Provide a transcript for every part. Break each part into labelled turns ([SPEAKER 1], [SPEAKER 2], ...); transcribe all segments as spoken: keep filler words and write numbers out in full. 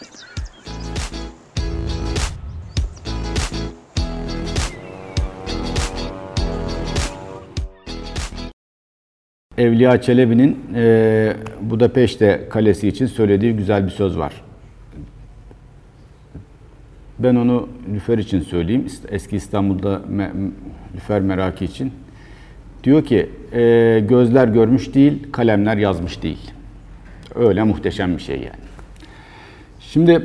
[SPEAKER 1] Evliya Çelebi'nin e, Budapeşte Kalesi için söylediği güzel bir söz var. Ben onu lüfer için söyleyeyim, eski İstanbul'da me, lüfer merakı için. Diyor ki, e, gözler görmüş değil, kalemler yazmış değil. Öyle muhteşem bir şey yani. Şimdi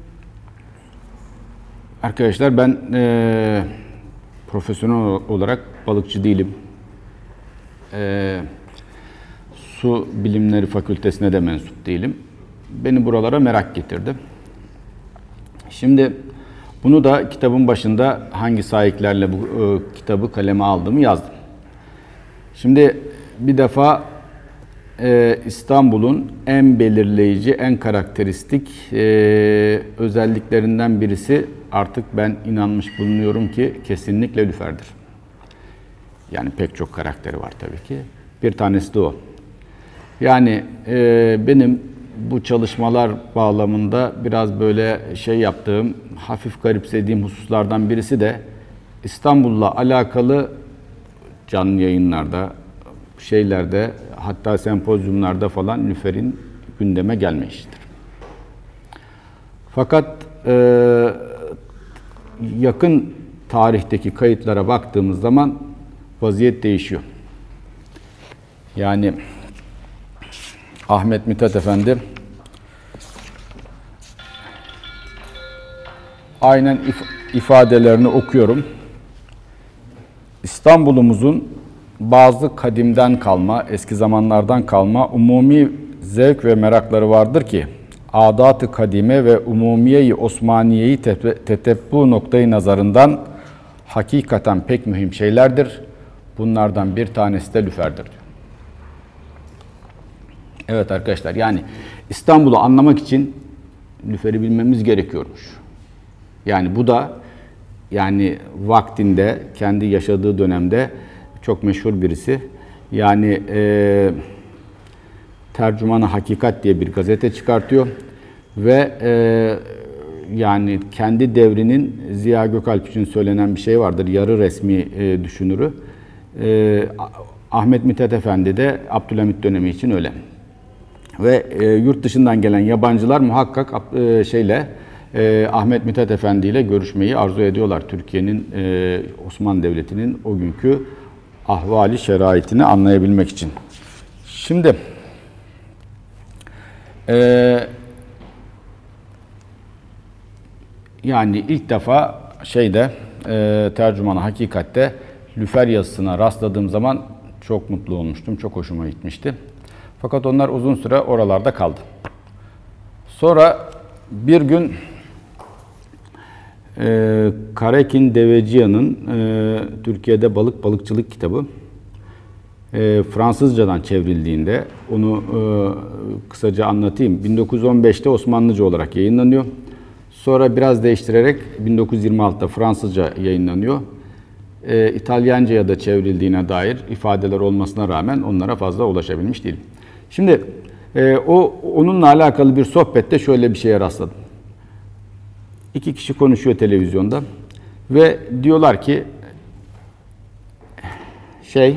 [SPEAKER 1] arkadaşlar ben e, profesyonel olarak balıkçı değilim. E, Su Bilimleri Fakültesine de mensup değilim. Beni buralara merak getirdi. Şimdi bunu da kitabın başında hangi sahiplerle bu e, kitabı kaleme aldığımı yazdım. Şimdi bir defa e, İstanbul'un en belirleyici, en karakteristik e, özelliklerinden birisi, artık ben inanmış bulunuyorum ki kesinlikle lüferdir. Yani pek çok karakteri var tabii ki. Bir tanesi de o. Yani e, benim bu çalışmalar bağlamında biraz böyle şey yaptığım, hafif garipsediğim hususlardan birisi de İstanbul'la alakalı canlı yayınlarda, şeylerde, hatta sempozyumlarda falan lüferin gündeme gelmeyişidir. Fakat e, yakın tarihteki kayıtlara baktığımız zaman vaziyet değişiyor. Yani Ahmet Mithat Efendi aynen if- ifadelerini okuyorum. İstanbul'umuzun bazı kadimden kalma, eski zamanlardan kalma umumi zevk ve merakları vardır ki adat-ı kadime ve umumiye-i Osmaniye'yi tetebbu noktayı nazarından hakikaten pek mühim şeylerdir. Bunlardan bir tanesi de lüferdir diyor. Evet arkadaşlar, yani İstanbul'u anlamak için lüferi bilmemiz gerekiyormuş. Yani bu da yani vaktinde, kendi yaşadığı dönemde çok meşhur birisi. Yani e, Tercüman-ı Hakikat diye bir gazete çıkartıyor ve e, yani kendi devrinin, Ziya Gökalp için söylenen bir şey vardır, yarı resmi e, düşünürü. E, Ahmet Mithat Efendi de Abdülhamit dönemi için öyle. Ve e, yurt dışından gelen yabancılar muhakkak e, şeyle e, Ahmet Mithat Efendi ile görüşmeyi arzu ediyorlar. Türkiye'nin, e, Osmanlı Devleti'nin o günkü ahvali şeraitini anlayabilmek için. Şimdi e, yani ilk defa şeyde e, Tercüman-ı Hakikat'te lüfer yazısına rastladığım zaman çok mutlu olmuştum. Çok hoşuma gitmişti. Fakat onlar uzun süre oralarda kaldı. Sonra bir gün e, Karekin Deveciyan'ın e, Türkiye'de balık balıkçılık kitabı e, Fransızcadan çevrildiğinde, onu e, kısaca anlatayım. bin dokuz yüz on beşte Osmanlıca olarak yayınlanıyor. Sonra biraz değiştirerek bin dokuz yüz yirmi altıda Fransızca yayınlanıyor. E, İtalyanca'ya da çevrildiğine dair ifadeler olmasına rağmen onlara fazla ulaşabilmiş değilim. Şimdi e, o onunla alakalı bir sohbette şöyle bir şeye rastladım. İki kişi konuşuyor televizyonda ve diyorlar ki şey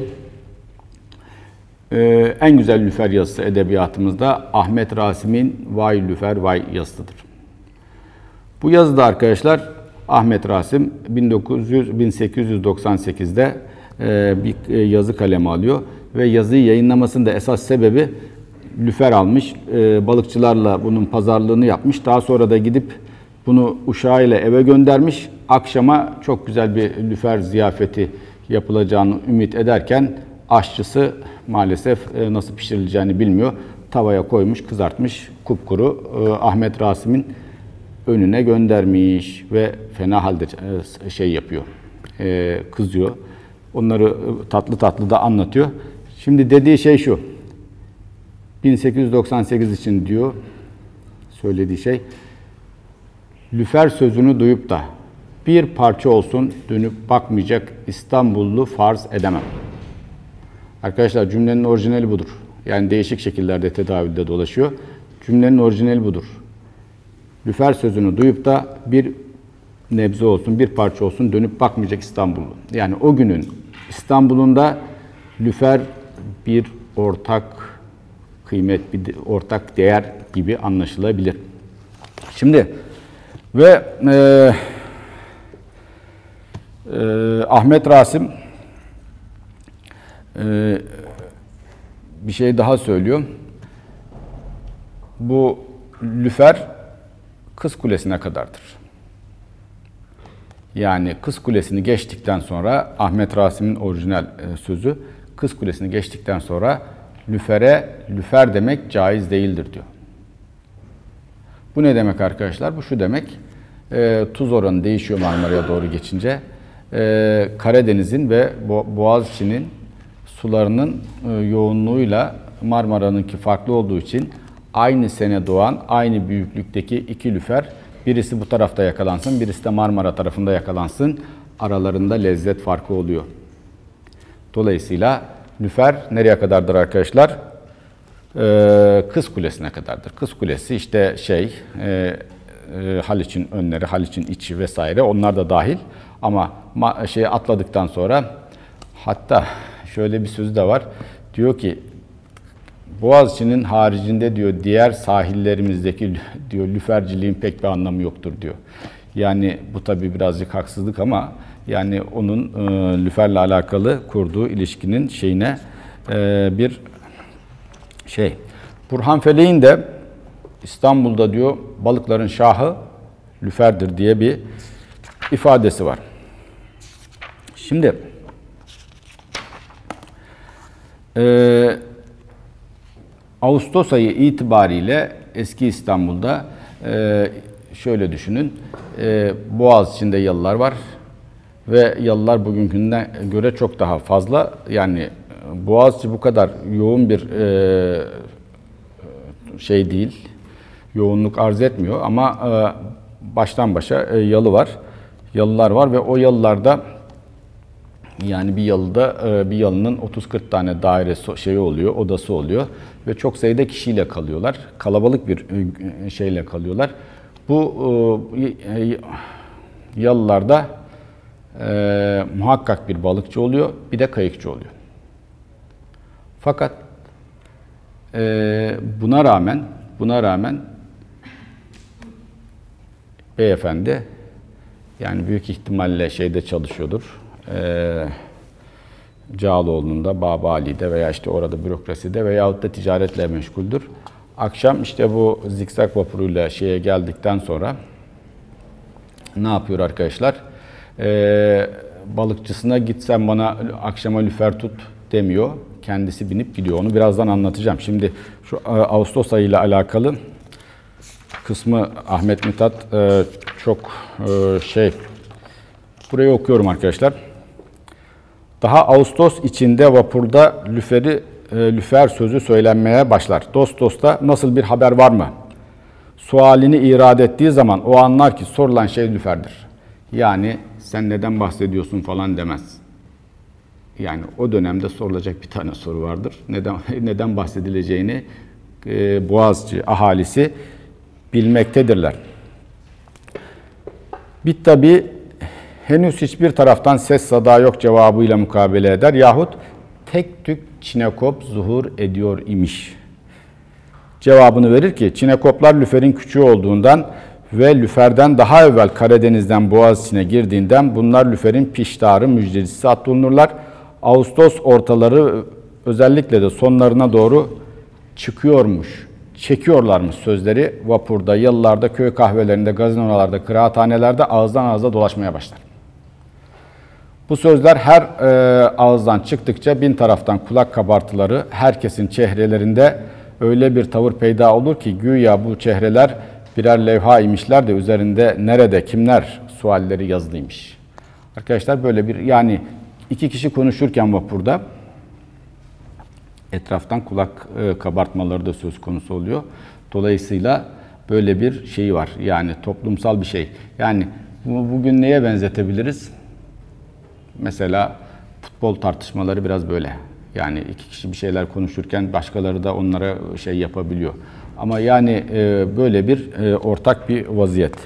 [SPEAKER 1] e, en güzel lüfer yazısı edebiyatımızda Ahmet Rasim'in Vay Lüfer Vay yazısıdır. Bu yazıda arkadaşlar Ahmet Rasim bin dokuz yüz bin sekiz yüz doksan sekizde e, bir yazı kaleme alıyor ve yazıyı yayınlamasının da esas sebebi lüfer almış, e, balıkçılarla bunun pazarlığını yapmış. Daha sonra da gidip bunu uşağıyla eve göndermiş. Akşama çok güzel bir lüfer ziyafeti yapılacağını ümit ederken aşçısı maalesef e, nasıl pişirileceğini bilmiyor. Tavaya koymuş, kızartmış, kupkuru e, Ahmet Rasim'in önüne göndermiş ve fena halde e, şey yapıyor, e, kızıyor. Onları tatlı tatlı da anlatıyor. Şimdi dediği şey şu, bin sekiz yüz doksan sekiz için diyor, söylediği şey, lüfer sözünü duyup da bir parça olsun dönüp bakmayacak İstanbullu farz edemem. Arkadaşlar cümlenin orijinali budur. Yani değişik şekillerde tedavülde dolaşıyor. Cümlenin orijinali budur. Lüfer sözünü duyup da bir nebze olsun, bir parça olsun dönüp bakmayacak İstanbullu. Yani o günün İstanbul'unda lüfer bir ortak kıymet, bir ortak değer gibi anlaşılabilir. Şimdi ve e, e, Ahmet Rasim e, bir şey daha söylüyor. Bu lüfer Kız Kulesi'ne kadardır. Yani Kız Kulesi'ni geçtikten sonra Ahmet Rasim'in orijinal e, sözü, Kız Kulesi'ni geçtikten sonra lüfere lüfer demek caiz değildir diyor. Bu ne demek arkadaşlar? Bu şu demek. E, tuz oranı değişiyor Marmara'ya doğru geçince. E, Karadeniz'in ve Bo Boğaziçi'nin sularının e, yoğunluğuyla Marmara'nınki farklı olduğu için aynı sene doğan, aynı büyüklükteki iki lüfer, birisi bu tarafta yakalansın, birisi de Marmara tarafında yakalansın. Aralarında lezzet farkı oluyor. Dolayısıyla lüfer nereye kadardır arkadaşlar? Ee, Kız Kulesi'ne kadardır. Kız Kulesi işte şey, e, e, Haliç'in önleri, Haliç'in içi vesaire onlar da dahil. Ama şey atladıktan sonra, hatta şöyle bir sözü de var. Diyor ki Boğaziçi'nin haricinde diyor diğer sahillerimizdeki diyor lüferciliğin pek bir anlamı yoktur diyor. Yani bu tabii birazcık haksızlık ama yani onun e, lüferle alakalı kurduğu ilişkinin şeyine e, bir şey. Burhan Felek'in de İstanbul'da diyor balıkların şahı lüferdir diye bir ifadesi var. Şimdi e, Ağustos ayı itibariyle eski İstanbul'da e, şöyle düşünün, e, Boğaziçi'nde yalılar var ve yalılar bugünkünden göre çok daha fazla. Yani Boğaziçi bu kadar yoğun bir e, şey değil, yoğunluk arz etmiyor ama e, baştan başa e, yalı var, yalılar var ve o yalılarda yani bir yalıda bir yalının otuz kırk tane daire şeyi oluyor, odası oluyor ve çok sayıda kişiyle kalıyorlar. Kalabalık bir şeyle kalıyorlar. Bu yalılarda e, muhakkak bir balıkçı oluyor, bir de kayıkçı oluyor. Fakat e, buna rağmen buna rağmen beyefendi yani büyük ihtimalle şeyde çalışıyordur. Ee, Cağaloğlu'nda, Babali'de veya işte orada bürokraside veyahut da ticaretle meşguldür. Akşam işte bu zikzak vapuruyla şeye geldikten sonra ne yapıyor arkadaşlar? Ee, balıkçısına gitsen bana akşama lüfer tut demiyor. Kendisi binip gidiyor. Onu birazdan anlatacağım. Şimdi şu Ağustos ayı ile alakalı kısmı Ahmet Mithat e, çok e, şey burayı okuyorum arkadaşlar. Daha Ağustos içinde vapurda lüferi, e, lüfer sözü söylenmeye başlar. Dost dosta nasıl bir haber var mı? Sualini irad ettiği zaman o anlar ki sorulan şey lüferdir. Yani sen neden bahsediyorsun falan demez. Yani o dönemde sorulacak bir tane soru vardır. Neden neden bahsedileceğini e, Boğaziçi ahalisi bilmektedirler. Bir tabi henüz hiçbir taraftan ses sada yok cevabıyla mukabele eder yahut tek tük çinekop zuhur ediyor imiş. Cevabını verir ki çinekoplar lüferin küçüğü olduğundan ve lüferden daha evvel Karadeniz'den Boğaziçi'ne girdiğinden bunlar lüferin piştarı müjdecisi adlanırlar. Ağustos ortaları özellikle de sonlarına doğru çıkıyormuş, çekiyorlarmış sözleri vapurda, yalılarda, köy kahvelerinde, gazinolarda, kıraathanelerde ağızdan ağıza dolaşmaya başlar. Bu sözler her e, ağızdan çıktıkça bin taraftan kulak kabartıları herkesin çehrelerinde öyle bir tavır peyda olur ki güya bu çehreler birer levha imişler de üzerinde nerede kimler sualleri yazılıymış. Arkadaşlar böyle bir yani iki kişi konuşurken vapurda etraftan kulak e, kabartmaları da söz konusu oluyor. Dolayısıyla böyle bir şey var. Yani toplumsal bir şey. Yani bu, bugün neye benzetebiliriz? Mesela futbol tartışmaları biraz böyle. Yani iki kişi bir şeyler konuşurken başkaları da onlara şey yapabiliyor. Ama yani e, böyle bir e, ortak bir vaziyet.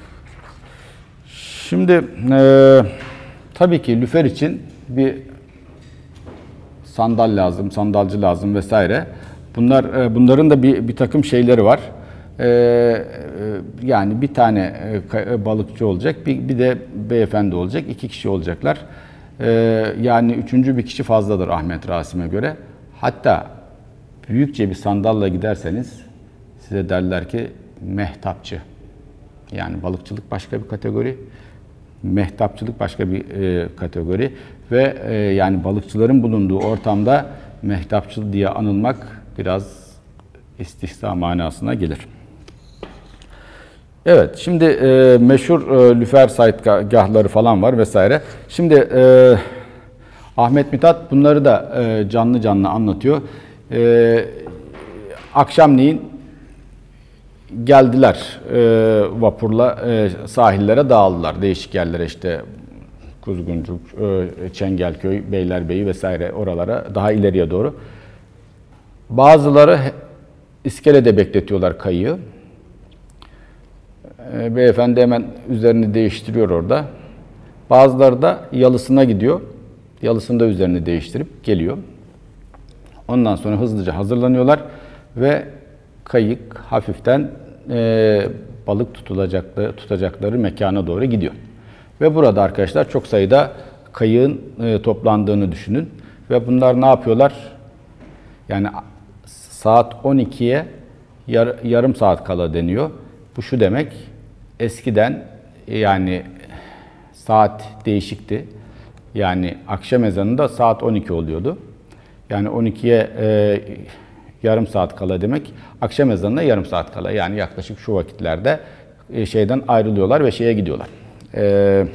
[SPEAKER 1] Şimdi e, tabii ki lüfer için bir sandal lazım, sandalcı lazım vesaire. Bunlar e, bunların da bir bir takım şeyleri var. E, e, yani bir tane e, balıkçı olacak, bir, bir de beyefendi olacak, iki kişi olacaklar. E, yani üçüncü bir kişi fazladır Ahmet Rasim'e göre. Hatta büyükçe bir sandalla giderseniz size derler ki mehtapçı. Yani balıkçılık başka bir kategori, mehtapçılık başka bir e, kategori ve e, yani balıkçıların bulunduğu ortamda mehtapçı diye anılmak biraz istihza manasına gelir. Evet, şimdi e, meşhur e, lüfer saytgahları falan var vesaire. Şimdi e, Ahmet Mithat bunları da e, canlı canlı anlatıyor. E, akşamleyin geldiler e, vapurla e, sahillere dağıldılar. Değişik yerlere işte Kuzguncuk, e, Çengelköy, Beylerbeyi vesaire oralara daha ileriye doğru. Bazıları iskelede bekletiyorlar kayığı. E, beyefendi hemen üzerini değiştiriyor orada. Bazıları da yalısına gidiyor. Yalısını da üzerini değiştirip geliyor. Ondan sonra hızlıca hazırlanıyorlar ve kayık hafiften e, balık tutulacakları, tutacakları mekana doğru gidiyor. Ve burada arkadaşlar çok sayıda kayığın e, toplandığını düşünün. Ve bunlar ne yapıyorlar? Yani saat on ikiye yar, yarım saat kala deniyor. Bu şu demek, eskiden yani saat değişikti. Yani akşam ezanında saat on iki oluyordu. Yani on ikiye e, yarım saat kala demek, akşam ezanına yarım saat kala. Yani yaklaşık şu vakitlerde e, şeyden ayrılıyorlar ve şeye gidiyorlar. E,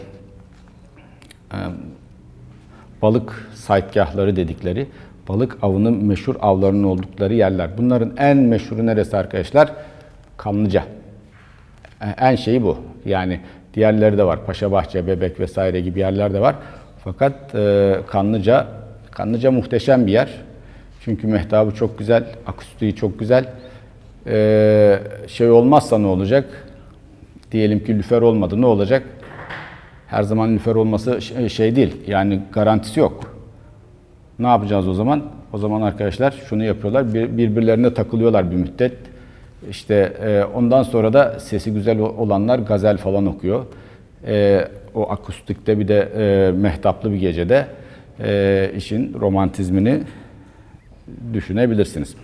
[SPEAKER 1] e, balık saytgahları dedikleri, balık avının meşhur avlarının oldukları yerler. Bunların en meşhuru neresi arkadaşlar? Kanlıca. E, en şeyi bu. Yani diğerleri de var. Paşabahçe, Bebek vesaire gibi yerler de var. Fakat e, Kanlıca, Kanlıca muhteşem bir yer. Çünkü mehtabı çok güzel, akustiği çok güzel. Ee, şey olmazsa ne olacak? Diyelim ki lüfer olmadı, ne olacak? Her zaman lüfer olması şey değil, yani garantisi yok. Ne yapacağız o zaman? O zaman arkadaşlar şunu yapıyorlar, birbirlerine takılıyorlar bir müddet. İşte e, ondan sonra da sesi güzel olanlar gazel falan okuyor. E, o akustikte bir de e, mehtaplı bir gecede e, işin romantizmini düşünebilirsiniz.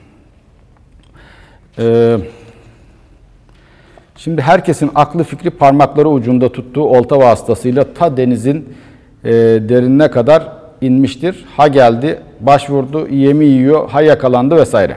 [SPEAKER 1] Ee, şimdi herkesin aklı fikri parmakları ucunda tuttuğu olta vasıtasıyla ta denizin e, derinine kadar inmiştir. Ha geldi, başvurdu, yemi yiyor, ha yakalandı vesaire.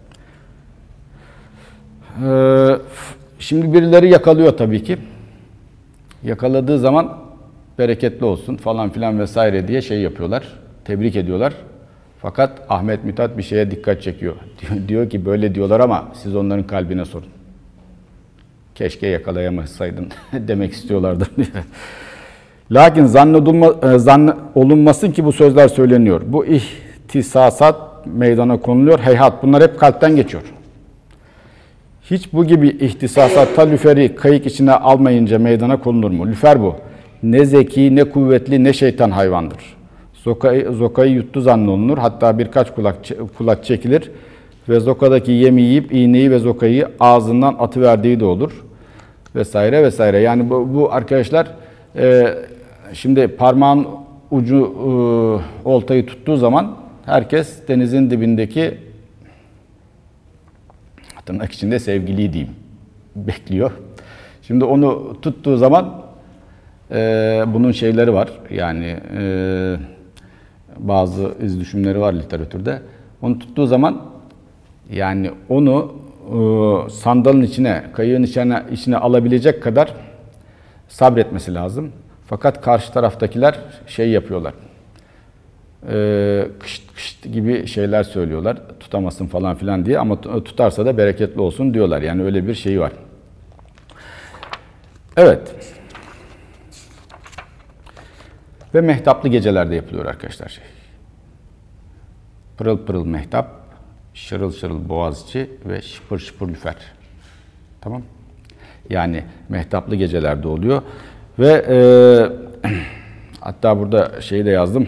[SPEAKER 1] Ee, şimdi birileri yakalıyor tabii ki. Yakaladığı zaman bereketli olsun falan filan vesaire diye şey yapıyorlar, tebrik ediyorlar. Fakat Ahmet Mithat bir şeye dikkat çekiyor. Diyor ki böyle diyorlar ama siz onların kalbine sorun. Keşke yakalayamasaydın demek istiyorlardır. Lakin zannolunmasın ki bu sözler söyleniyor. Bu ihtisasat meydana konuluyor. Heyhat bunlar hep kalpten geçiyor. Hiç bu gibi ihtisasat ta lüferi kayık içine almayınca meydana konulur mu? Lüfer bu. Ne zeki, ne kuvvetli, ne şeytan hayvandır. Zokayı, zokayı yuttu zannolunur. Hatta birkaç kulak, kulak çekilir ve zokadaki yemi yiyip iğneyi ve zokayı ağzından atıverdiği de olur. Vesaire vesaire. Yani bu, bu arkadaşlar e, şimdi parmağın ucu e, oltayı tuttuğu zaman herkes denizin dibindeki tırnak içinde sevgiliyi diyeyim bekliyor. Şimdi onu tuttuğu zaman e, bunun şeyleri var. Yani e, bazı iz düşümleri var literatürde. Onu tuttuğu zaman yani onu e, sandalın içine, kayığın içine, içine alabilecek kadar sabretmesi lazım. Fakat karşı taraftakiler şey yapıyorlar. E, kışt kışt gibi şeyler söylüyorlar. Tutamasın falan filan diye ama tutarsa da bereketli olsun diyorlar. Yani öyle bir şey var. Evet. Ve mehtaplı gecelerde yapılıyor arkadaşlar şey. Pırıl pırıl mehtap, şırıl şırıl Boğaziçi ve şıpır şıpır lüfer. Tamam. Yani mehtaplı gecelerde oluyor. Ve e, hatta burada şeyi de yazdım.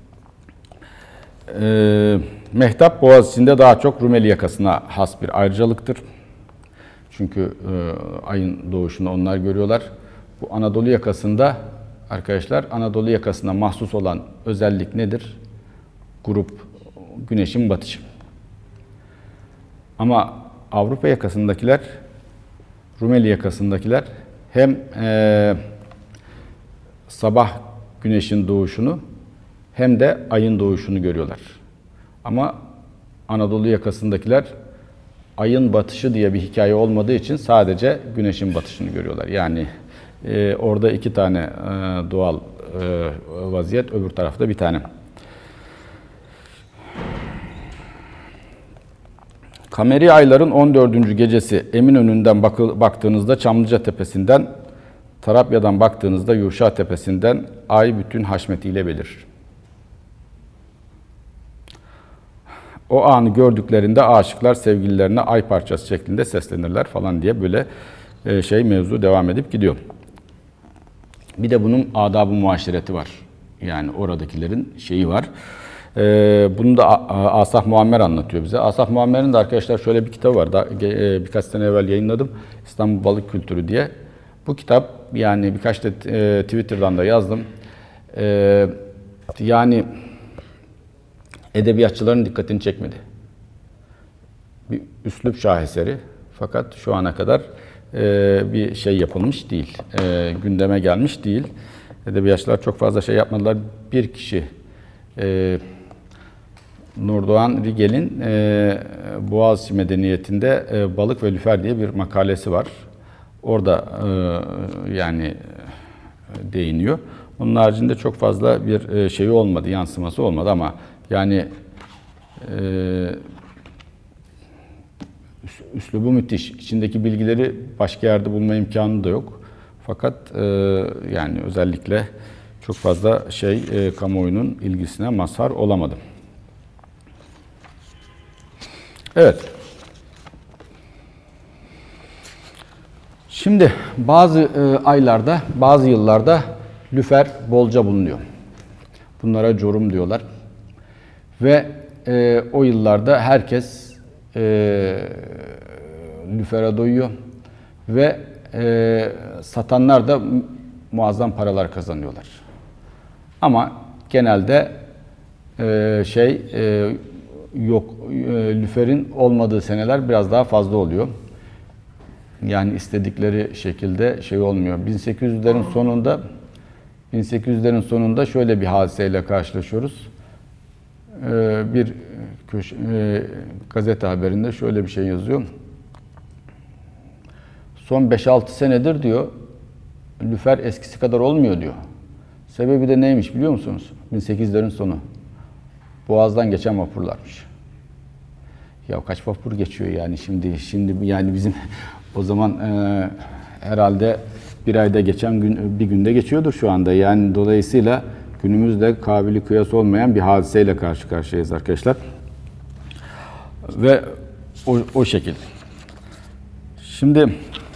[SPEAKER 1] E, mehtap Boğaziçi'nde daha çok Rumeli yakasına has bir ayrıcalıktır. Çünkü e, ayın doğuşunu onlar görüyorlar. Bu Anadolu yakasında arkadaşlar, Anadolu yakasına mahsus olan özellik nedir? Grup, güneşin batışı. Ama Avrupa yakasındakiler, Rumeli yakasındakiler hem e, sabah güneşin doğuşunu hem de ayın doğuşunu görüyorlar. Ama Anadolu yakasındakiler ayın batışı diye bir hikaye olmadığı için sadece güneşin batışını görüyorlar. Yani e, orada iki tane e, doğal e, vaziyet, öbür tarafta bir tane. Kameri ayların on dördüncü gecesi Eminönü'nden bakı, baktığınızda Çamlıca Tepesi'nden, Tarabya'dan baktığınızda Yuşa Tepesi'nden ay bütün haşmetiyle belirir. O anı gördüklerinde aşıklar sevgililerine ay parçası şeklinde seslenirler falan diye böyle şey mevzu devam edip gidiyor. Bir de bunun adab-ı muaşereti var. Yani oradakilerin şeyi var. Ee, bunu da Asaf Muammer anlatıyor bize. Asaf Muammer'in de arkadaşlar şöyle bir kitabı var. Daha, e, birkaç sene evvel yayınladım. İstanbul Balık Kültürü diye. Bu kitap, yani birkaç da e, Twitter'dan da yazdım. E, yani edebiyatçıların dikkatini çekmedi. Bir üslup şaheseri. Fakat şu ana kadar e, bir şey yapılmış değil. E, gündeme gelmiş değil. Edebiyatçılar çok fazla şey yapmadılar. Bir kişi e, Nurdoğan Rigel'in e, Boğaziçi Medeniyeti'nde e, Balık ve Lüfer diye bir makalesi var. Orada e, yani e, değiniyor. Onun haricinde çok fazla bir e, şeyi olmadı, yansıması olmadı ama yani e, üslubu müthiş. İçindeki bilgileri başka yerde bulma imkanı da yok. Fakat e, yani özellikle çok fazla şey e, kamuoyunun ilgisine mazhar olamadı. Evet. Şimdi bazı e, aylarda, bazı yıllarda lüfer bolca bulunuyor. Bunlara corum diyorlar. Ve e, o yıllarda herkes e, lüfere doyuyor. Ve e, satanlar da muazzam paralar kazanıyorlar. Ama genelde e, şey e, yok, e, lüferin olmadığı seneler biraz daha fazla oluyor. Yani istedikleri şekilde şey olmuyor. bin sekiz yüzlerin sonunda bin sekiz yüzlerin sonunda şöyle bir hadiseyle karşılaşıyoruz. Ee, bir köşe, e, gazete haberinde şöyle bir şey yazıyor. Son beş altı senedir diyor, lüfer eskisi kadar olmuyor diyor. Sebebi de neymiş biliyor musunuz? bin sekiz yüzlerin sonu. Boğaz'dan geçen vapurlarmış. Ya kaç vapur geçiyor yani şimdi şimdi yani bizim o zaman e, herhalde bir ayda geçen gün bir günde geçiyordur şu anda. Yani dolayısıyla günümüzde kabili kıyas olmayan bir hadiseyle karşı karşıyayız arkadaşlar. Ve o, o şekil. Şimdi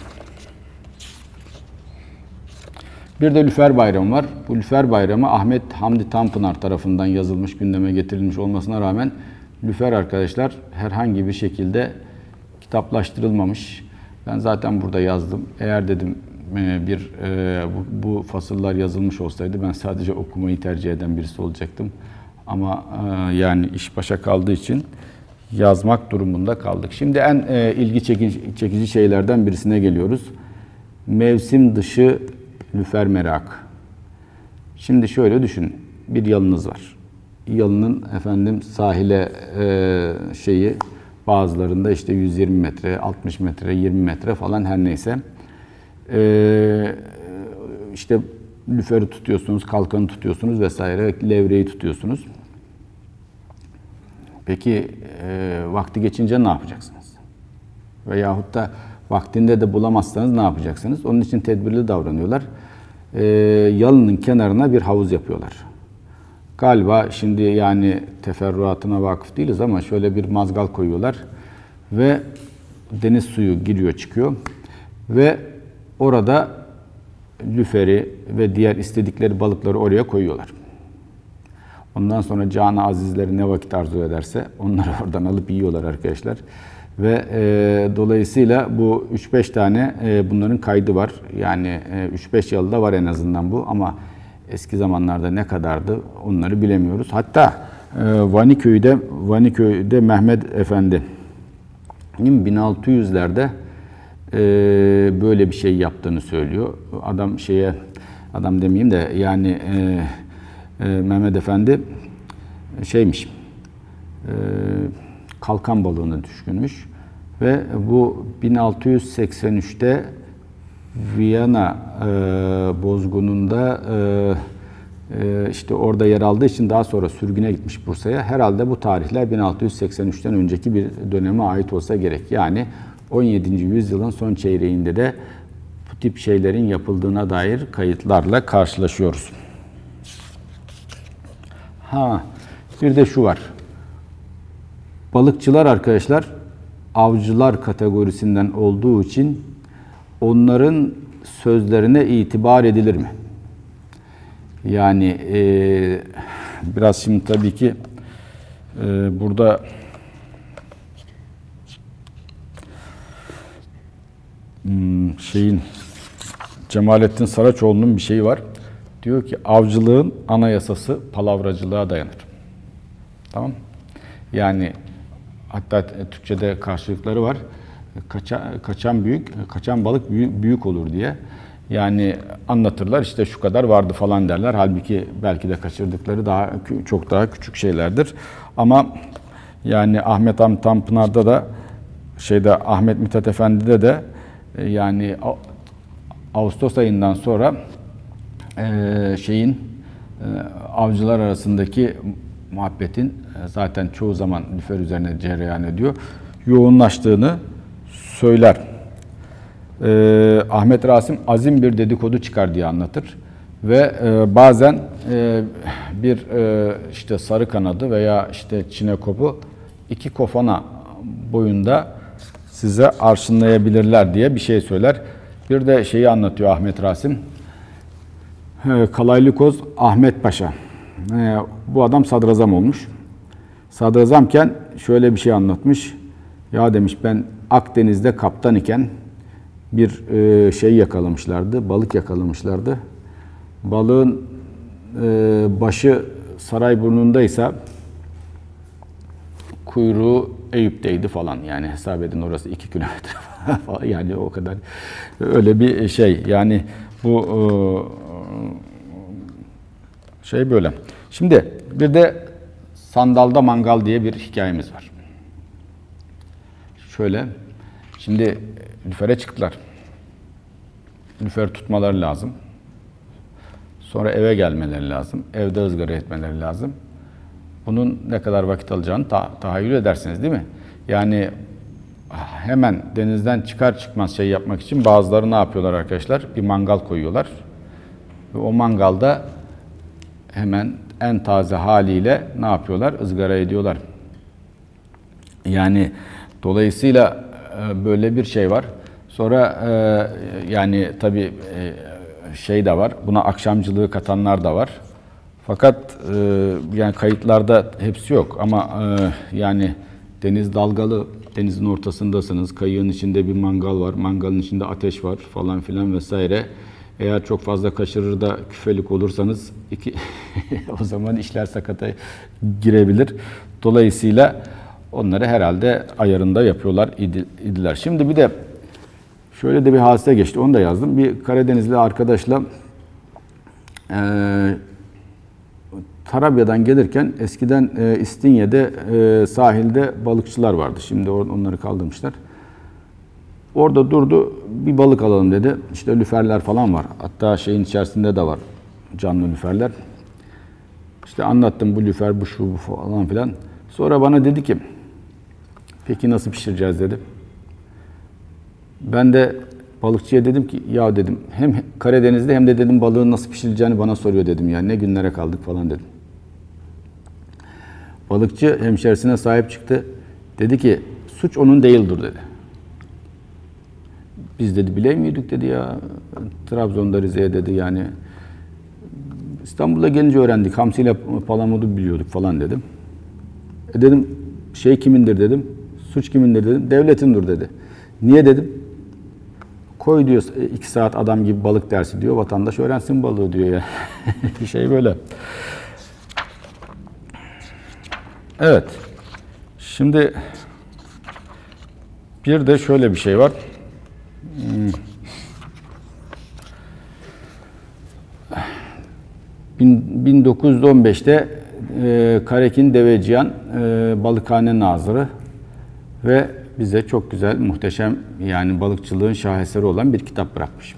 [SPEAKER 1] bir de Lüfer Bayramı var. Bu Lüfer Bayramı Ahmet Hamdi Tanpınar tarafından yazılmış, gündeme getirilmiş olmasına rağmen lüfer arkadaşlar herhangi bir şekilde kitaplaştırılmamış. Ben zaten burada yazdım. Eğer dedim bir bu, bu fasıllar yazılmış olsaydı ben sadece okumayı tercih eden birisi olacaktım. Ama yani iş başa kaldığı için yazmak durumunda kaldık. Şimdi en ilgi çekici, çekici şeylerden birisine geliyoruz. Mevsim dışı lüfer merakı. Şimdi şöyle düşünün. Bir yalınız var. Yalının efendim sahile e, şeyi bazılarında işte yüz yirmi metre, altmış metre, yirmi metre falan her neyse. E, işte lüferi tutuyorsunuz, kalkanı tutuyorsunuz vesaire, levreyi tutuyorsunuz. Peki e, vakti geçince ne yapacaksınız? Veyahut da vaktinde de bulamazsanız ne yapacaksınız? Onun için tedbirli davranıyorlar. E, yalının kenarına bir havuz yapıyorlar. Galiba şimdi yani teferruatına vakıf değiliz ama şöyle bir mazgal koyuyorlar ve deniz suyu giriyor çıkıyor ve orada lüferi ve diğer istedikleri balıkları oraya koyuyorlar. Ondan sonra canı azizleri ne vakit arzu ederse onları oradan alıp yiyorlar arkadaşlar. Ve e, dolayısıyla bu üç beş tane e, bunların kaydı var. Yani e, üç beş yılda var en azından bu ama eski zamanlarda ne kadardı onları bilemiyoruz. Hatta e, Vaniköy'de Vaniköy'de Mehmet Efendi'nin bin altı yüzlerde e, böyle bir şey yaptığını söylüyor. Adam şeye adam demeyeyim de yani e, e, Mehmet Efendi şeymiş. E, kalkan balığına düşkünmüş ve bu bin altı yüz seksen üçte Viyana e, bozgununda e, e, işte orada yer aldığı için daha sonra sürgüne gitmiş Bursa'ya. Herhalde bu tarihler bin altı yüz seksen üçten önceki bir döneme ait olsa gerek. Yani on yedinci yüzyılın son çeyreğinde de bu tip şeylerin yapıldığına dair kayıtlarla karşılaşıyoruz. Ha, bir de şu var. Balıkçılar arkadaşlar avcılar kategorisinden olduğu için onların sözlerine itibar edilir mi? Yani e, biraz şimdi tabii ki e, burada hmm, şeyin Cemalettin Saraçoğlu'nun bir şeyi var. Diyor ki avcılığın anayasası palavracılığa dayanır. Tamam? Yani hatta Türkçe'de karşılıkları var. Kaça, kaçan büyük, kaçan balık büyük, büyük olur diye. Yani anlatırlar işte şu kadar vardı falan derler. Halbuki belki de kaçırdıkları daha çok daha küçük şeylerdir. Ama yani Ahmet Hamdi Tanpınar'da da şeyde Ahmet Mithat Efendi'de de yani Ağustos ayından sonra şeyin avcılar arasındaki muhabbetin zaten çoğu zaman lüfer üzerine cereyan ediyor. Yoğunlaştığını söyler. Ee, Ahmet Rasim azim bir dedikodu çıkar diye anlatır. Ve e, bazen e, bir e, işte sarı kanadı veya işte çinekopu iki kofana boyunda size arşınlayabilirler diye bir şey söyler. Bir de şeyi anlatıyor Ahmet Rasim. E, Kalaylı Koz Ahmet Paşa. E, bu adam sadrazam olmuş. Sadrazamken şöyle bir şey anlatmış. Ya demiş ben Akdeniz'de kaptan iken bir e, şey yakalamışlardı, balık yakalamışlardı. Balığın e, başı Sarayburnu'ndaysa kuyruğu Eyüp'teydi falan. Yani hesap edin orası iki kilometre falan. Yani o kadar öyle bir şey. Yani bu e, şey böyle. Şimdi bir de sandalda mangal diye bir hikayemiz var. Şöyle, şimdi lüfere çıktılar. Lüfer tutmaları lazım. Sonra eve gelmeleri lazım. Evde ızgara etmeleri lazım. Bunun ne kadar vakit alacağını ta tahayyül edersiniz değil mi? Yani hemen denizden çıkar çıkmaz şey yapmak için bazıları ne yapıyorlar arkadaşlar? Bir mangal koyuyorlar. Ve o mangalda hemen en taze haliyle ne yapıyorlar? Izgara ediyorlar. Yani dolayısıyla böyle bir şey var. Sonra yani tabii şey de var. Buna akşamcılığı katanlar da var. Fakat yani kayıtlarda hepsi yok ama yani deniz dalgalı, denizin ortasındasınız. Kayığın içinde bir mangal var. Mangalın içinde ateş var falan filan vesaire. Eğer çok fazla kaçırır da küfelik olursanız iki o zaman işler sakata girebilir. Dolayısıyla onları herhalde ayarında yapıyorlar idiler. Şimdi bir de şöyle de bir hadise geçti. Onu da yazdım. Bir Karadenizli arkadaşla e, Tarabya'dan gelirken eskiden e, İstinye'de e, sahilde balıkçılar vardı. Şimdi onları kaldırmışlar. Orada durdu. Bir balık alalım dedi. İşte lüferler falan var. Hatta şeyin içerisinde de var. Canlı lüferler. İşte anlattım bu lüfer, bu şu bu falan filan. Sonra bana dedi ki peki nasıl pişireceğiz dedi. Ben de balıkçıya dedim ki ya dedim hem Karadeniz'de hem de dedim balığın nasıl pişirileceğini bana soruyor dedim. Yani ne günlere kaldık falan dedim. Balıkçı hemşerisine sahip çıktı. Dedi ki suç onun değildir dedi. Biz dedi bile miydik dedi ya. Trabzon'da Rize'ye dedi yani. İstanbul'a gelince öğrendik. Hamsiyle palamudu biliyorduk falan dedim. E dedim şey kimindir dedim. Suç kimindir dedim. Devletindir dedi. Niye dedim. Koy diyor iki saat adam gibi balık dersi diyor. Vatandaş öğrensin balığı diyor ya. Bir şey böyle. Evet. Şimdi bir de şöyle bir şey var. bin dokuz yüz on beşte e, Karekin Deveciyan e, Balıkhane Nazırı ve bize çok güzel, muhteşem yani balıkçılığın şaheseri olan bir kitap bırakmış.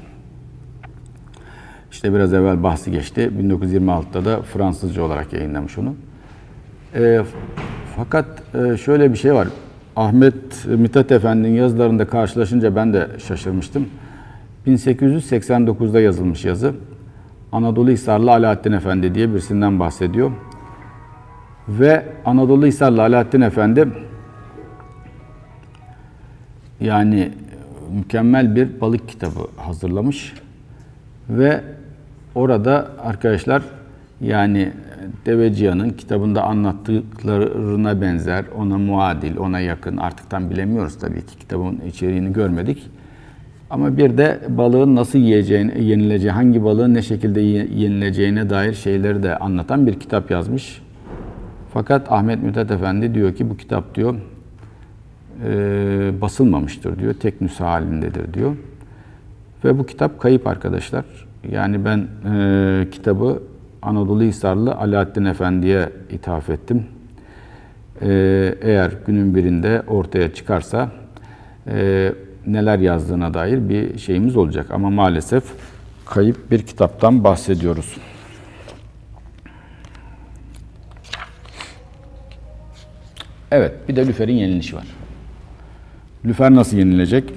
[SPEAKER 1] İşte biraz evvel bahsi geçti. bin dokuz yüz yirmi altıda da Fransızca olarak yayınlamış onu. E, fakat e, şöyle bir şey var. Ahmet Mithat Efendi'nin yazılarında karşılaşınca ben de şaşırmıştım. bin sekiz yüz seksen dokuzda yazılmış yazı. Anadolu Hisarlı Alaaddin Efendi diye birisinden bahsediyor. Ve Anadolu Hisarlı Alaaddin Efendi yani mükemmel bir balık kitabı hazırlamış. Ve orada arkadaşlar yani Deveciyan'ın kitabında anlattıklarına benzer, ona muadil, ona yakın, artık tam bilemiyoruz tabii ki, kitabın içeriğini görmedik. Ama bir de balığın nasıl yiyeceğini, yenileceği, hangi balığın ne şekilde yenileceğine dair şeyleri de anlatan bir kitap yazmış. Fakat Ahmet Mithat Efendi diyor ki bu kitap diyor e, basılmamıştır diyor, tek nüsha halindedir diyor. Ve bu kitap kayıp arkadaşlar. Yani ben e, kitabı Anadolu Hisarlı Alaaddin Efendi'ye ithaf ettim. E, eğer günün birinde ortaya çıkarsa e, neler yazdığına dair bir şeyimiz olacak. Ama maalesef kayıp bir kitaptan bahsediyoruz. Evet, bir de lüferin yenilişi var. Lüfer nasıl yenilecek?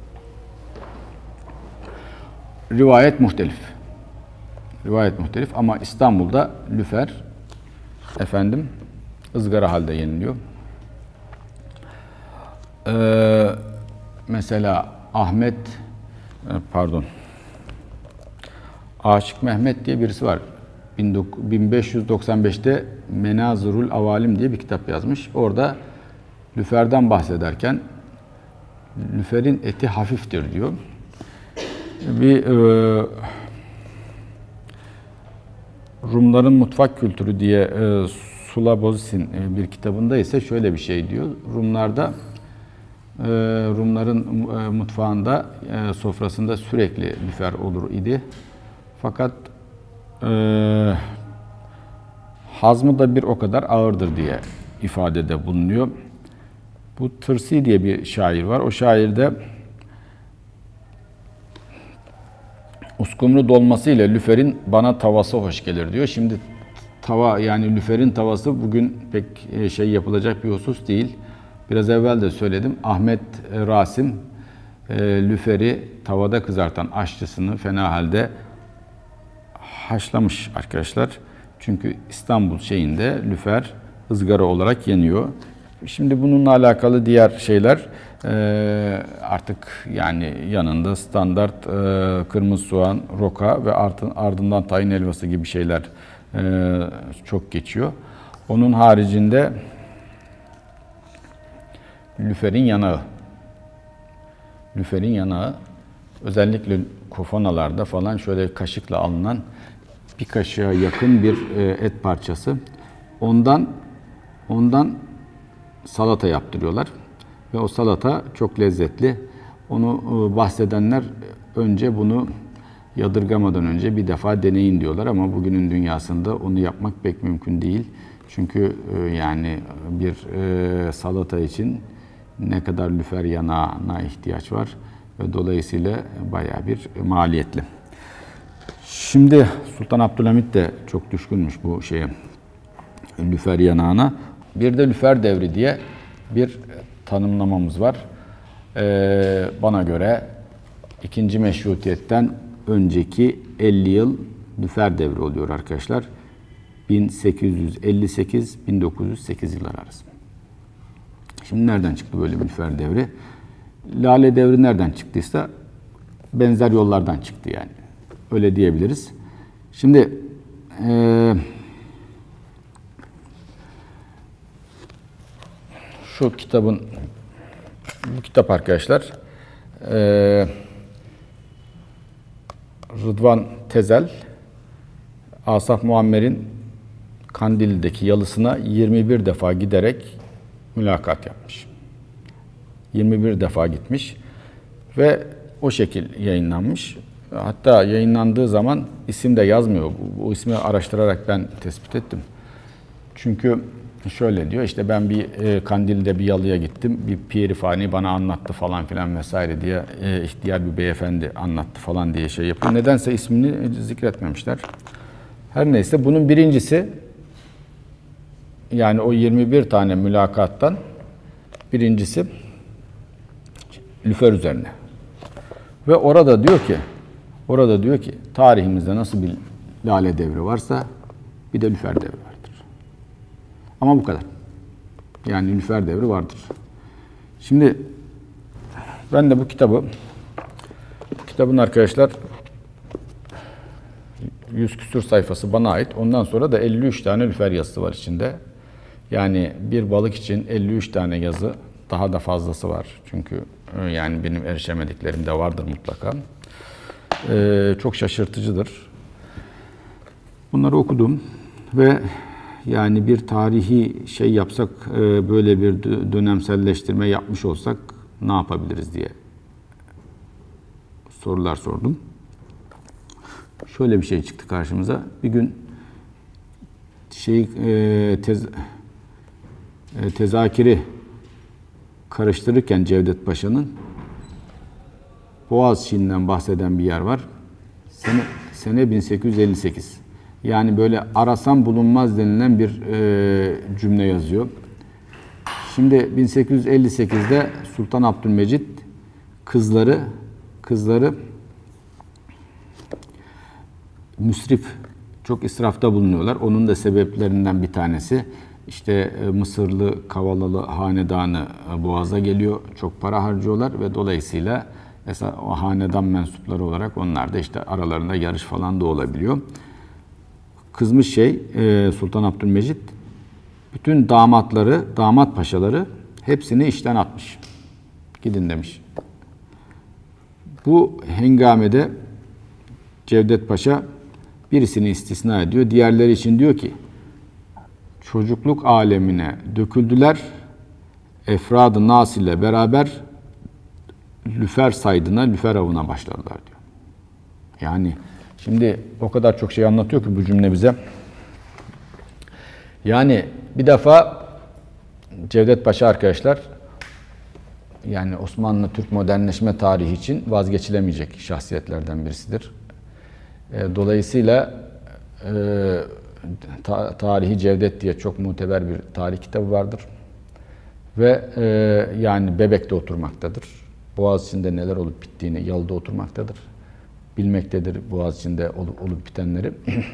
[SPEAKER 1] Rivayet muhtelif. Rivayet muhtelif ama İstanbul'da lüfer efendim ızgara halde yeniliyor. Ee, mesela Ahmet pardon Aşık Mehmet diye birisi var. bin beş yüz doksan beşte Menazırul Avalim diye bir kitap yazmış. Orada lüferden bahsederken lüferin eti hafiftir diyor. Bir e, Rumların Mutfak Kültürü diye e, Sula Bozsin e, bir kitabında ise şöyle bir şey diyor. Rumlarda e, Rumların e, mutfağında e, sofrasında sürekli lüfer olur idi. Fakat e, hazmı da bir o kadar ağırdır diye ifadede bulunuyor. Bu Tırsi diye bir şair var. O şairde uskumru dolması ile lüferin bana tavası hoş gelir diyor. Şimdi tava yani lüferin tavası bugün pek şey yapılacak bir husus değil. Biraz evvel de söyledim. Ahmet Rasim lüferi tavada kızartan aşçısını fena halde haşlamış arkadaşlar. Çünkü İstanbul şeyinde lüfer ızgara olarak yeniyor. Şimdi bununla alakalı diğer şeyler e, artık yani yanında standart e, kırmızı soğan, roka ve ardından tayin helvası gibi şeyler e, çok geçiyor. Onun haricinde lüferin yanağı. Lüferin yanağı özellikle kofonalarda falan şöyle kaşıkla alınan bir kaşığa yakın bir et parçası. Ondan ondan salata yaptırıyorlar ve o salata çok lezzetli. Onu bahsedenler önce bunu yadırgamadan önce bir defa deneyin diyorlar ama bugünün dünyasında onu yapmak pek mümkün değil. Çünkü yani bir salata için ne kadar lüfer yanağına ihtiyaç var ve dolayısıyla bayağı bir maliyetli. Şimdi Sultan Abdülhamit de çok düşkünmüş bu şeye, lüfer yanağına. Bir de lüfer devri diye bir tanımlamamız var. Ee, bana göre ikinci meşrutiyetten önceki elli yıl lüfer devri oluyor arkadaşlar. bin sekiz yüz elli sekiz bin dokuz yüz sekiz yılları arası. Şimdi nereden çıktı böyle bir lüfer devri? Lale devri nereden çıktıysa benzer yollardan çıktı yani. Öyle diyebiliriz. Şimdi e, şu kitabın bu kitap arkadaşlar e, Rıdvan Tezel Asaf Muammer'in Kandilli'deki yalısına yirmi bir defa giderek mülakat yapmış. yirmi bir defa gitmiş ve o şekil yayınlanmış. Hatta yayınlandığı zaman isim de yazmıyor. Bu, bu ismi araştırarak ben tespit ettim. Çünkü şöyle diyor, işte ben bir e, Kandil'de bir yalıya gittim. Bir pir-i fani bana anlattı falan filan vesaire diye e, ihtiyar bir beyefendi anlattı falan diye şey yapıyor. Nedense ismini zikretmemişler. Her neyse bunun birincisi, yani o yirmi bir tane mülakattan birincisi lüfer üzerine. Ve orada diyor ki, orada diyor ki tarihimizde nasıl bir lale devri varsa bir de lüfer devri vardır. Ama bu kadar. Yani lüfer devri vardır. Şimdi ben de bu kitabı, bu kitabın arkadaşlar yüz küsur sayfası bana ait. Ondan sonra da elli üç tane lüfer yazısı var içinde. Yani bir balık için elli üç tane yazı, daha da fazlası var. Çünkü yani benim erişemediklerim de vardır mutlaka. Ee, çok şaşırtıcıdır. Bunları okudum ve yani bir tarihi şey yapsak, böyle bir dönemselleştirme yapmış olsak ne yapabiliriz diye sorular sordum. Şöyle bir şey çıktı karşımıza. Bir gün şey tez, tezakiri karıştırırken Cevdet Paşa'nın Boğaziçi'nden bahseden bir yer var. Sene, sene bin sekiz yüz elli sekiz. Yani böyle arasam bulunmaz denilen bir e, cümle yazıyor. Şimdi bin sekiz yüz elli sekizde Sultan Abdülmecit kızları kızları müsrif, çok israfta bulunuyorlar. Onun da sebeplerinden bir tanesi işte Mısırlı Kavalalı hanedanı Boğaz'a geliyor. Çok para harcıyorlar ve dolayısıyla mesela o hanedan mensupları olarak onlar da işte aralarında yarış falan da olabiliyor. Kızmış şey Sultan Abdülmecit bütün damatları, damat paşaları hepsini işten atmış. Gidin demiş. Bu hengamede Cevdet Paşa birisini istisna ediyor. Diğerleri için diyor ki çocukluk alemine döküldüler. Efrad-ı nas ile beraber lüfer saydına, lüfer avına başladılar diyor. Yani şimdi o kadar çok şey anlatıyor ki bu cümle bize. Yani bir defa Cevdet Paşa arkadaşlar, yani Osmanlı Türk modernleşme tarihi için vazgeçilemeyecek şahsiyetlerden birisidir. Dolayısıyla e, ta, Tarihi Cevdet diye çok muteber bir tarih kitabı vardır. Ve e, yani Bebek'te oturmaktadır. Boğaziçi'nde neler olup bittiğini Yalı'da oturmaktadır. Bilmektedir Boğaziçi'nde olup, olup bitenleri.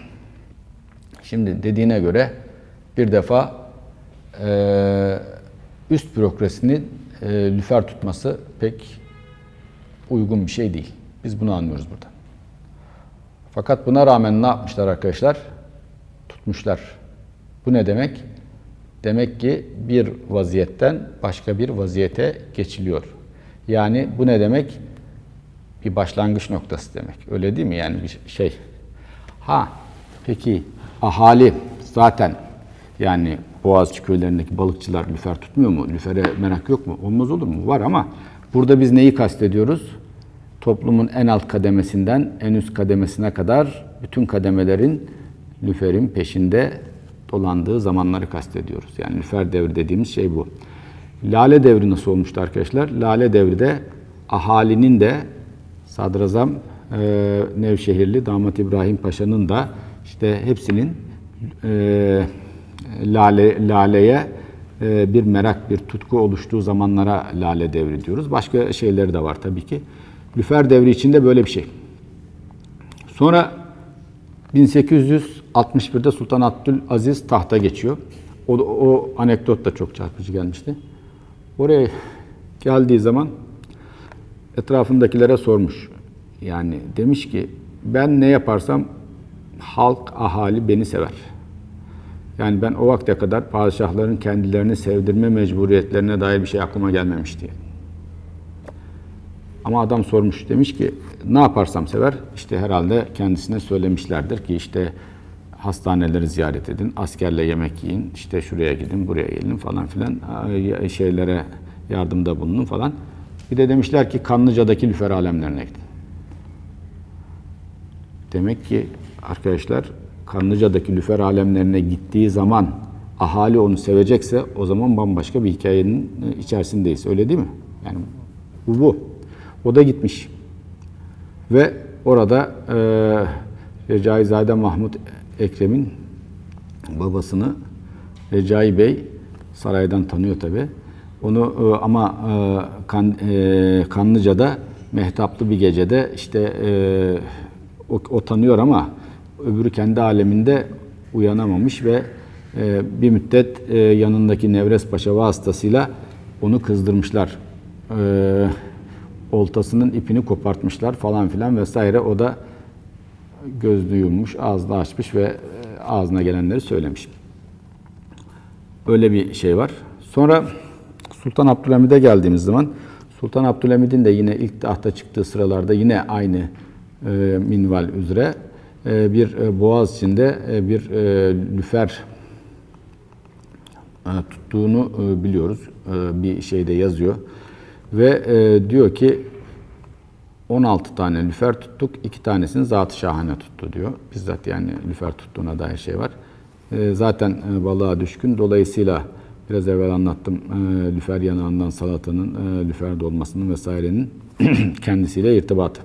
[SPEAKER 1] Şimdi dediğine göre bir defa e, üst bürokrasinin e, lüfer tutması pek uygun bir şey değil. Biz bunu anlıyoruz buradan. Fakat buna rağmen ne yapmışlar arkadaşlar? Tutmuşlar. Bu ne demek? Demek ki bir vaziyetten başka bir vaziyete geçiliyor. Yani bu ne demek? Bir başlangıç noktası demek. Öyle değil mi? Yani bir şey. Ha, peki ahali zaten yani Boğaziçi köylerindeki balıkçılar lüfer tutmuyor mu? Lüfere merak yok mu? Olmaz olur mu? Var ama burada biz neyi kastediyoruz? Toplumun en alt kademesinden en üst kademesine kadar bütün kademelerin lüferin peşinde dolandığı zamanları kastediyoruz. Yani lüfer devri dediğimiz şey bu. Lale devri nasıl olmuştu arkadaşlar? Lale devri de ahalinin de Sadrazam e, Nevşehirli Damat İbrahim Paşa'nın da işte hepsinin e, lale laleye e, bir merak, bir tutku oluştuğu zamanlara lale devri diyoruz. Başka şeyleri de var tabii ki. Lüfer devri içinde böyle bir şey. Sonra bin sekiz yüz altmış bir'de Sultan Abdülaziz tahta geçiyor. O, o anekdot da çok çarpıcı gelmişti. Oraya geldiği zaman etrafındakilere sormuş. Yani demiş ki ben ne yaparsam halk, ahali beni sever. Yani ben o vakte kadar padişahların kendilerini sevdirme mecburiyetlerine dair bir şey aklıma gelmemişti. Ama adam sormuş, demiş ki ne yaparsam sever. İşte herhalde kendisine söylemişlerdir ki işte hastaneleri ziyaret edin, askerle yemek yiyin, işte şuraya gidin, buraya gelin falan filan, şeylere yardımda bulunun falan. Bir de demişler ki Kanlıca'daki lüfer alemlerine gidin. Demek ki arkadaşlar Kanlıca'daki lüfer alemlerine gittiği zaman ahali onu sevecekse o zaman bambaşka bir hikayenin içerisindeyiz. Öyle değil mi? Yani bu bu. O da gitmiş. Ve orada e, Recaizade Mahmud Ekrem'in babasını Recai Bey saraydan tanıyor tabi. Onu e, ama e, kan, e, Kanlıca'da mehtaplı bir gecede işte e, o, o tanıyor ama öbürü kendi aleminde uyanamamış ve e, bir müddet e, yanındaki Nevres Paşa vasıtasıyla onu kızdırmışlar. E, oltasının ipini kopartmışlar falan filan vesaire. O da gözünü yummuş, ağzını açmış ve ağzına gelenleri söylemiş. Öyle bir şey var. Sonra Sultan Abdülhamid'e geldiğimiz zaman Sultan Abdülhamid'in de yine ilk tahta çıktığı sıralarda yine aynı e, minval üzere e, bir e, boğaz içinde e, bir e, lüfer e, tuttuğunu e, biliyoruz. E, bir şeyde yazıyor. Ve e, diyor ki on altı tane lüfer tuttuk, iki tanesini Zat-ı Şahane tuttu diyor. Bizzat yani lüfer tuttuğuna dair şey var. E, zaten e, balığa düşkün. Dolayısıyla biraz evvel anlattım e, lüfer yanağından salatanın, e, lüfer dolmasının vesairenin kendisiyle irtibatı.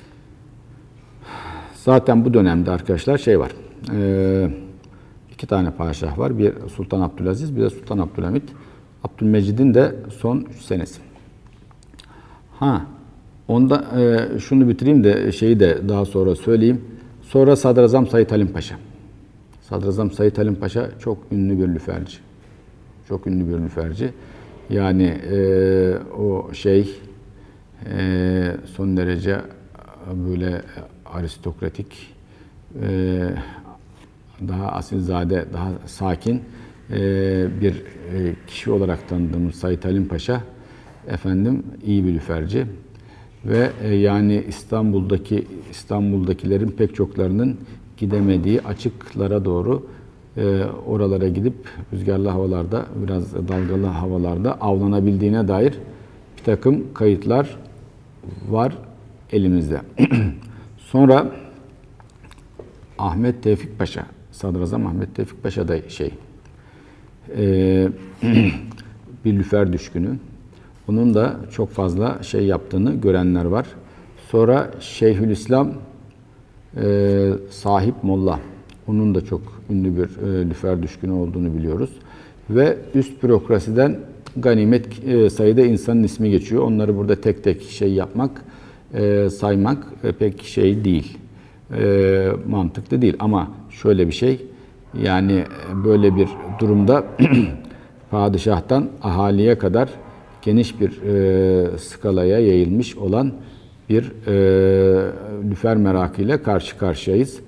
[SPEAKER 1] Zaten bu dönemde arkadaşlar şey var. E, iki tane padişah var. Bir Sultan Abdülaziz, bir de Sultan Abdülhamid. Abdülmecid'in de son üç senesi. Ha, onda e, şunu bitireyim de şeyi de daha sonra söyleyeyim. Sonra Sadrazam Said Halim Paşa. Sadrazam Said Halim Paşa çok ünlü bir lüferci. Çok ünlü bir lüferci. Yani e, o şey e, son derece böyle aristokratik, e, daha asilzade, daha sakin e, bir e, kişi olarak tanıdığımız Said Halim Paşa efendim iyi bir lüferci ve e, yani İstanbul'daki İstanbul'dakilerin pek çoklarının gidemediği açıklara doğru e, oralara gidip rüzgarlı havalarda, biraz dalgalı havalarda avlanabildiğine dair bir takım kayıtlar var elimizde. Sonra Ahmet Tevfik Paşa, Sadrazam Ahmet Tevfik Paşa da şey e, bir lüfer düşkünü. Onun da çok fazla şey yaptığını görenler var. Sonra Şeyhülislam e, Sahip Molla. Onun da çok ünlü bir e, lüfer düşkünü olduğunu biliyoruz. Ve üst bürokrasiden ganimet e, sayıda insanın ismi geçiyor. Onları burada tek tek şey yapmak, e, saymak e, pek şey değil. E, mantıklı değil. Ama şöyle bir şey, yani böyle bir durumda padişahtan ahaliye kadar geniş bir e, skalaya yayılmış olan bir e, lüfer merakıyla karşı karşıyayız.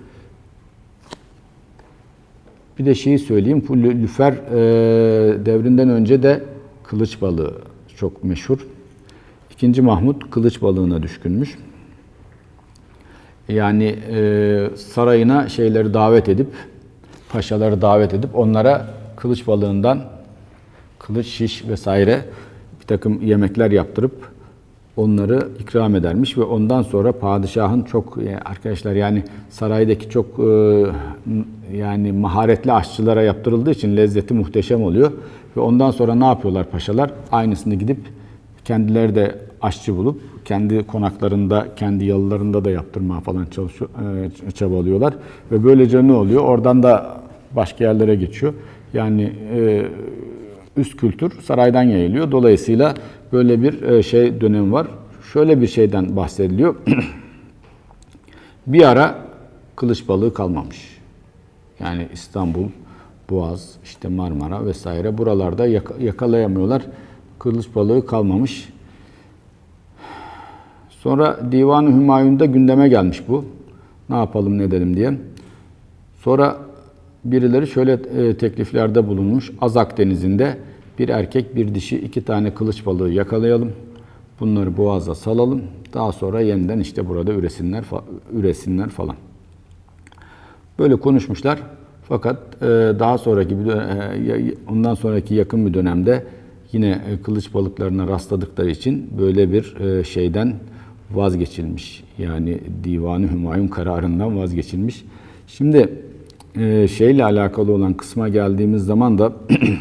[SPEAKER 1] Bir de şeyi söyleyeyim, bu lüfer e, devrinden önce de kılıç balığı çok meşhur. İkinci Mahmud kılıç balığına düşkünmüş. Yani e, sarayına şeyleri davet edip, paşaları davet edip onlara kılıç balığından kılıç, şiş vesaire bir takım yemekler yaptırıp onları ikram edermiş ve ondan sonra padişahın çok arkadaşlar yani saraydaki çok yani maharetli aşçılara yaptırıldığı için lezzeti muhteşem oluyor ve ondan sonra ne yapıyorlar paşalar? Aynısını gidip kendileri de aşçı bulup kendi konaklarında, kendi yalılarında da yaptırmaya falan çalışıyor, çabalıyorlar ve böylece ne oluyor? Oradan da başka yerlere geçiyor. Yani e, üst kültür saraydan yayılıyor. Dolayısıyla böyle bir şey dönem var. Şöyle bir şeyden bahsediliyor. Bir ara kılıç balığı kalmamış. Yani İstanbul, Boğaz, işte Marmara vesaire buralarda yakalayamıyorlar. Kılıç balığı kalmamış. Sonra Divan-ı Hümayun'da gündeme gelmiş bu. Ne yapalım ne edelim diye. Sonra birileri şöyle tekliflerde bulunmuş. Azak Denizi'nde bir erkek bir dişi iki tane kılıç balığı yakalayalım. Bunları boğaza salalım. Daha sonra yeniden işte burada üresinler, üresinler falan. Böyle konuşmuşlar. Fakat daha sonraki ondan sonraki yakın bir dönemde yine kılıç balıklarına rastladıkları için böyle bir şeyden vazgeçilmiş. Yani Divan-ı Hümayun kararından vazgeçilmiş. Şimdi şeyle alakalı olan kısma geldiğimiz zaman da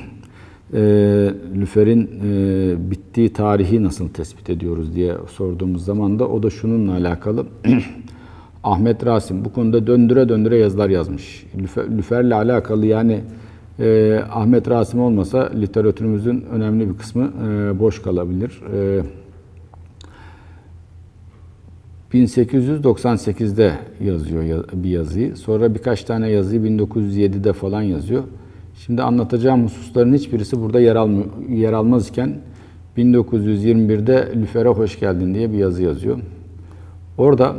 [SPEAKER 1] lüferin bittiği tarihi nasıl tespit ediyoruz diye sorduğumuz zaman da o da şununla alakalı. Ahmet Rasim bu konuda döndüre döndüre yazılar yazmış. Lüfer, lüferle alakalı yani e, Ahmet Rasim olmasa literatürümüzün önemli bir kısmı e, boş kalabilir. E, bin sekiz yüz doksan sekizde yazıyor bir yazıyı. Sonra birkaç tane yazıyı bin dokuz yüz yedide falan yazıyor. Şimdi anlatacağım hususların hiçbirisi burada yer, almıyor, yer almaz iken bin dokuz yüz yirmi birde Lüfer'e hoş geldin diye bir yazı yazıyor. Orada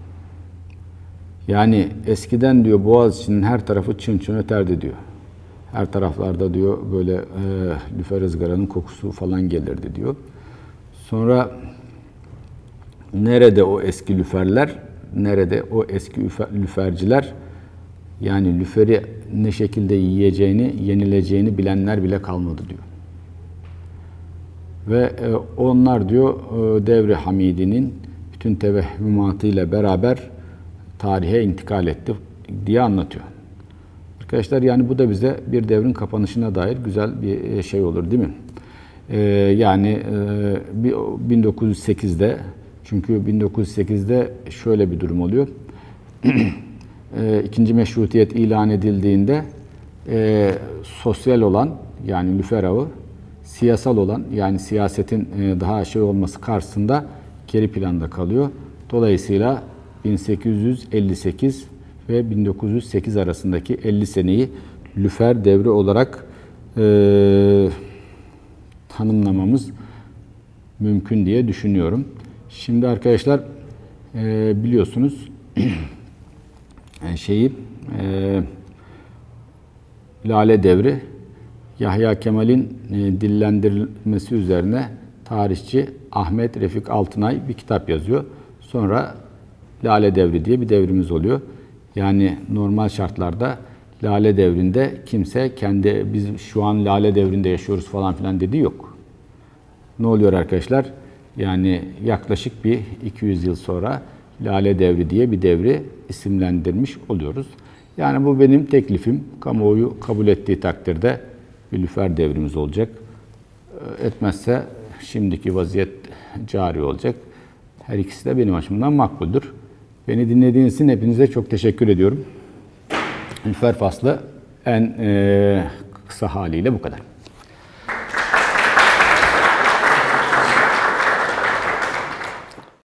[SPEAKER 1] yani eskiden diyor Boğaziçi'nin her tarafı çın çın öterdi diyor. Her taraflarda diyor böyle e, lüfer ızgaranın kokusu falan gelirdi diyor. Sonra nerede o eski lüferler, nerede o eski lüferciler, yani lüferi ne şekilde yiyeceğini, yenileceğini bilenler bile kalmadı diyor. Ve e, onlar diyor e, Devri Hamidi'nin bütün tevehhümatıyla beraber tarihe intikal etti diye anlatıyor. Arkadaşlar yani bu da bize bir devrin kapanışına dair güzel bir şey olur değil mi? Ee, yani e, bin dokuz yüz sekizde çünkü bin dokuz yüz sekizde şöyle bir durum oluyor. e, İkinci meşrutiyet ilan edildiğinde e, sosyal olan yani lüfer ağı, siyasal olan yani siyasetin e, daha şey olması karşısında geri planda kalıyor. Dolayısıyla bin sekiz yüz elli sekiz ve bin dokuz yüz sekiz arasındaki elli seneyi lüfer devri olarak e, tanımlamamız mümkün diye düşünüyorum. Şimdi arkadaşlar e, biliyorsunuz şeyi e, Lale Devri Yahya Kemal'in e, dillendirilmesi üzerine tarihçi Ahmet Refik Altınay bir kitap yazıyor. Sonra Lale Devri diye bir devrimiz oluyor. Yani normal şartlarda Lale Devri'nde kimse kendi biz şu an Lale Devri'nde yaşıyoruz falan filan dediği yok. Ne oluyor arkadaşlar? Yani yaklaşık bir iki yüz yıl sonra Lale Devri diye bir devri isimlendirmiş oluyoruz. Yani bu benim teklifim. Kamuoyu kabul ettiği takdirde bir lüfer devrimiz olacak. Etmezse şimdiki vaziyet cari olacak. Her ikisi de benim açımdan makbuldür. Beni dinlediğiniz için hepinize çok teşekkür ediyorum. Lüfer faslı en e, kısa haliyle bu kadar.